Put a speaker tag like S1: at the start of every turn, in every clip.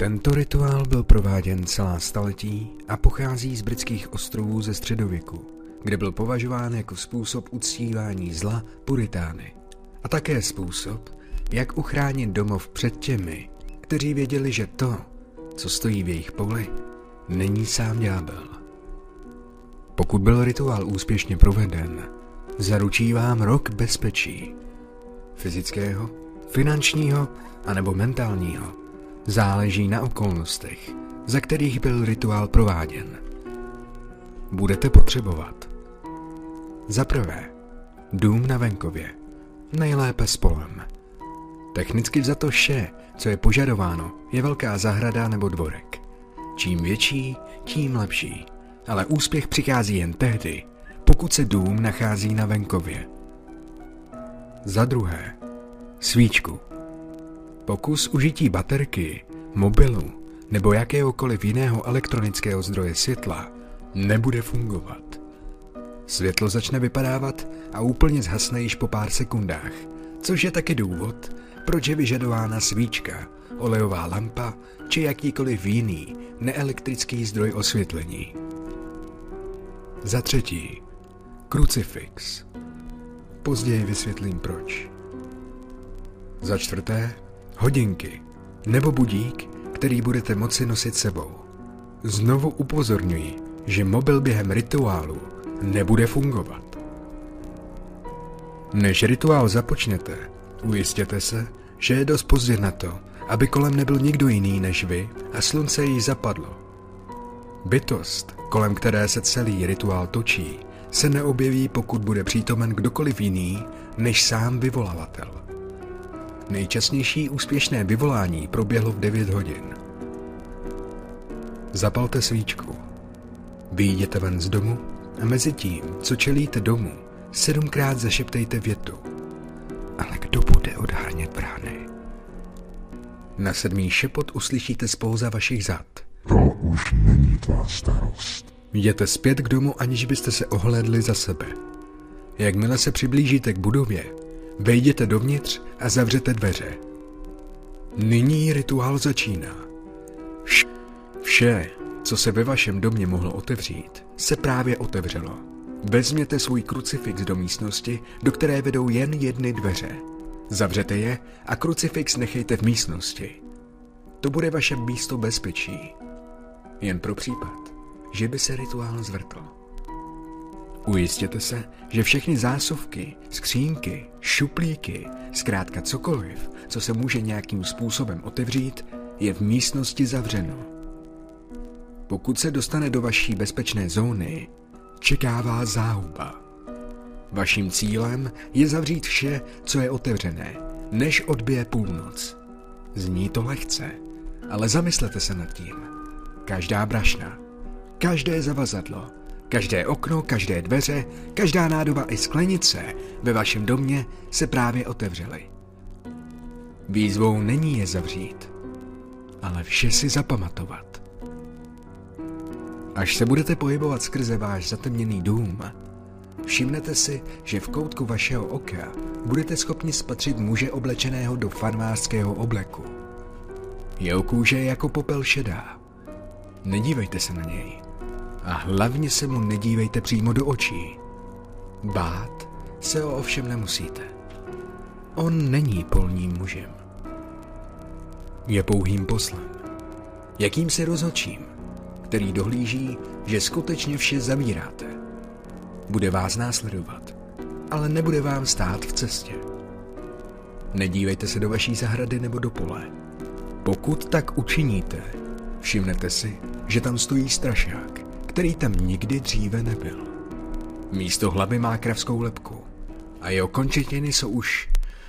S1: Tento rituál byl prováděn celá staletí a pochází z britských ostrovů ze středověku, kde byl považován jako způsob uctívání zla puritány a také způsob, jak uchránit domov před těmi, kteří věděli, že to, co stojí v jejich poli, není sám ďábel. Pokud byl rituál úspěšně proveden, zaručí vám rok bezpečí, fyzického, finančního anebo mentálního, záleží na okolnostech, za kterých byl rituál prováděn. Budete potřebovat: za prvé, dům na venkově, nejlépe s polem. Technicky vzato vše, co je požadováno, je velká zahrada nebo dvorek. Čím větší, tím lepší, ale úspěch přichází jen tehdy, pokud se dům nachází na venkově. Za druhé, svíčku. Pokus užití baterky, mobilu nebo jakéhokoliv jiného elektronického zdroje světla nebude fungovat. Světlo začne vypadávat a úplně zhasne již po pár sekundách, což je taky důvod, proč je vyžadována svíčka, olejová lampa či jakýkoliv jiný neelektrický zdroj osvětlení. Za třetí, krucifix. Později vysvětlím proč. Za čtvrté, hodinky nebo budík, který budete moci nosit sebou. Znovu upozorňuji, že mobil během rituálu nebude fungovat. Než rituál započnete, ujistěte se, že je dost pozdě na to, aby kolem nebyl nikdo jiný než vy a slunce již zapadlo. Bytost, kolem které se celý rituál točí, se neobjeví, pokud bude přítomen kdokoliv jiný než sám vyvolavatel. Nejčastější úspěšné vyvolání proběhlo v 9 hodin. Zapalte svíčku. Vyjděte ven z domu a mezi tím, co čelíte domu, 7krát zašeptejte větu: ale kdo bude odhánět brány? Na 7. šepot uslyšíte spouza vašich zad.
S2: To už není tvá starost.
S1: Jděte zpět k domu, aniž byste se ohlédli za sebe. Jakmile se přiblížíte k budově, vejděte dovnitř a zavřete dveře. Nyní rituál začíná. Vše, co se ve vašem domě mohlo otevřít, se právě otevřelo. Vezměte svůj krucifix do místnosti, do které vedou jen jedny dveře. Zavřete je a krucifix nechejte v místnosti. To bude vaše místo bezpečí. Jen pro případ, že by se rituál zvrtl. Ujistěte se, že všechny zásuvky, skřínky, šuplíky, zkrátka cokoliv, co se může nějakým způsobem otevřít, je v místnosti zavřeno. Pokud se dostane do vaší bezpečné zóny, čeká vás záhuba. Vaším cílem je zavřít vše, co je otevřené, než odbije půlnoc. Zní to lehce, ale zamyslete se nad tím. Každá brašna, každé zavazadlo, každé okno, každé dveře, každá nádoba i sklenice ve vašem domě se právě otevřely. Výzvou není je zavřít, ale vše si zapamatovat. Až se budete pohybovat skrze váš zatemněný dům, všimnete si, že v koutku vašeho oka budete schopni spatřit muže oblečeného do farmářského obleku. Jeho kůže je jako popel šedá. Nedívejte se na něj. A hlavně se mu nedívejte přímo do očí. Bát se ho ovšem nemusíte. On není polním mužem. Je pouhým poslem. Jakýmsi rozhodčím, který dohlíží, že skutečně vše zavíráte. Bude vás následovat, ale nebude vám stát v cestě. Nedívejte se do vaší zahrady nebo do pole. Pokud tak učiníte, všimnete si, že tam stojí strašák, který tam nikdy dříve nebyl. Místo hlavy má kravskou lebku a jeho končetiny jsou už...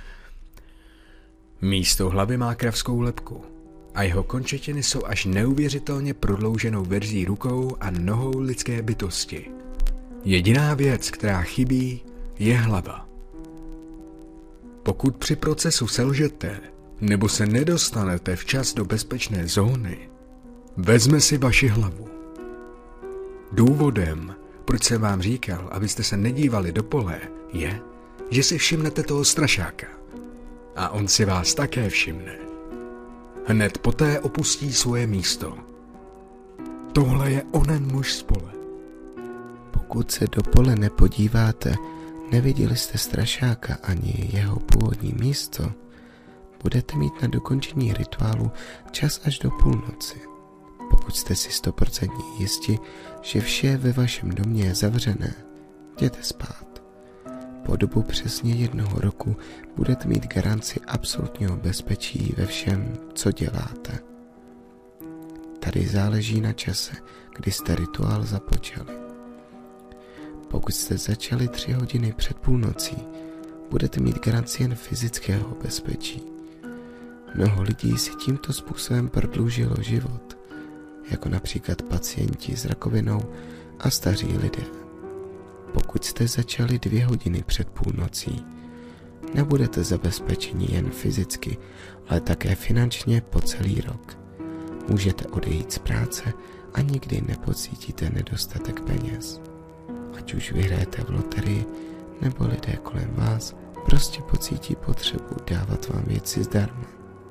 S1: Místo hlavy má kravskou lebku a jeho končetiny jsou až neuvěřitelně prodlouženou verzí rukou a nohou lidské bytosti. Jediná věc, která chybí, je hlava. Pokud při procesu selžete nebo se nedostanete včas do bezpečné zóny, vezme si vaši hlavu. Důvodem, proč jsem vám říkal, abyste se nedívali do pole, je, že si všimnete toho strašáka. A on si vás také všimne. Hned poté opustí svoje místo. Tohle je onen muž z pole.
S3: Pokud se do pole nepodíváte, neviděli jste strašáka ani jeho původní místo, budete mít na dokončení rituálu čas až do půlnoci. Pokud jste si 100% jisti, že vše ve vašem domě je zavřené, jděte spát. Po dobu přesně 1 roku budete mít garanci absolutního bezpečí ve všem, co děláte. Tady záleží na čase, kdy jste rituál započali. Pokud jste začali 3 hodiny před půlnocí, budete mít garanci jen fyzického bezpečí. Mnoho lidí si tímto způsobem prodloužilo život, jako například pacienti s rakovinou a staří lidé. Pokud jste začali 2 hodiny před půlnocí, nebudete zabezpečeni jen fyzicky, ale také finančně po celý rok. Můžete odejít z práce a nikdy nepocítíte nedostatek peněz. Ať už vyhrajete v loterii, nebo lidé kolem vás prostě pocítí potřebu dávat vám věci zdarma.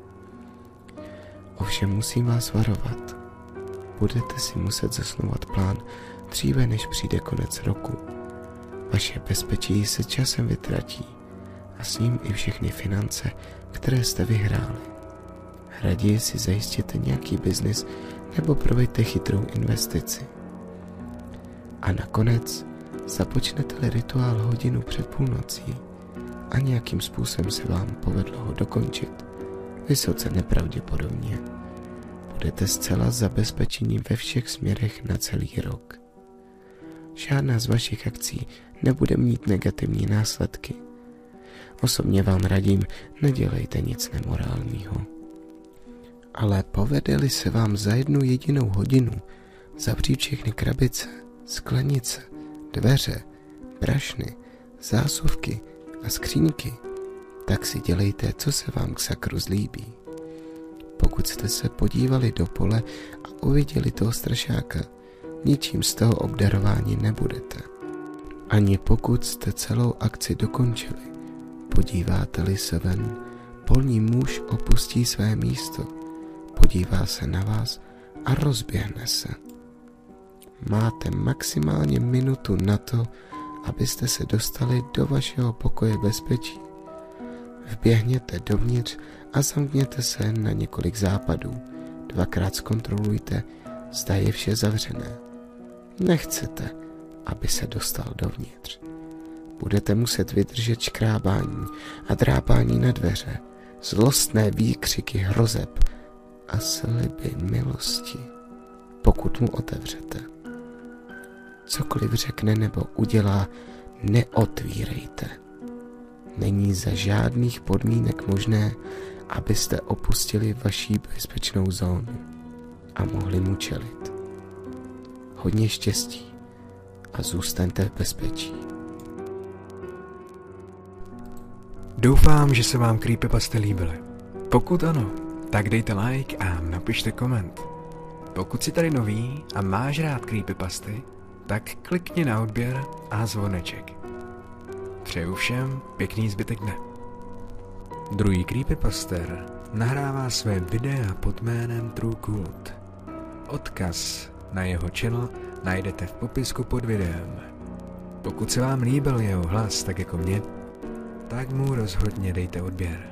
S3: Ovšem musím vás varovat. Budete si muset zasnovat plán dříve, než přijde konec roku. Vaše bezpečí se časem vytratí a s ním i všechny finance, které jste vyhráli. Raději si zajistěte nějaký biznis nebo proveďte chytrou investici. A nakonec započnete-li rituál hodinu před půlnocí a nějakým způsobem se vám povedlo ho dokončit, vysoce nepravděpodobně, budete zcela zabezpečení ve všech směrech na celý rok. Žádná z vašich akcí nebude mít negativní následky. Osobně vám radím, nedělejte nic nemorálního. Ale povede-li se vám za 1 jedinou hodinu zavřít všechny krabice, sklenice, dveře, brašny, zásuvky a skříňky, tak si dělejte, co se vám k sakru zlíbí. Pokud jste se podívali do pole a uviděli toho strašáka, ničím z toho obdarování nebudete. Ani pokud jste celou akci dokončili, podíváte-li se ven, polní muž opustí své místo, podívá se na vás a rozběhne se. Máte maximálně minutu na to, abyste se dostali do vašeho pokoje bezpečí. Vběhněte dovnitř a zamkněte se na několik západů. 2krát zkontrolujte, zda je vše zavřené. Nechcete, aby se dostal dovnitř. Budete muset vydržet škrábání a drápání na dveře, zlostné výkřiky hrozeb a sliby milosti, pokud mu otevřete. Cokoliv řekne nebo udělá, neotvírejte. Není za žádných podmínek možné, abyste opustili vaši bezpečnou zónu a mohli mu čelit. Hodně štěstí a zůstaňte v bezpečí.
S1: Doufám, že se vám creepypasty líbily. Pokud ano, tak dejte like a napište koment. Pokud jsi tady nový a máš rád creepypasty, tak klikni na odběr a zvoneček. Přeju všem pěkný zbytek dne. Druhý creepypaster nahrává své videa pod jménem True Cult. Odkaz na jeho channel najdete v popisku pod videem. Pokud se vám líbil jeho hlas tak jako mě, tak mu rozhodně dejte odběr.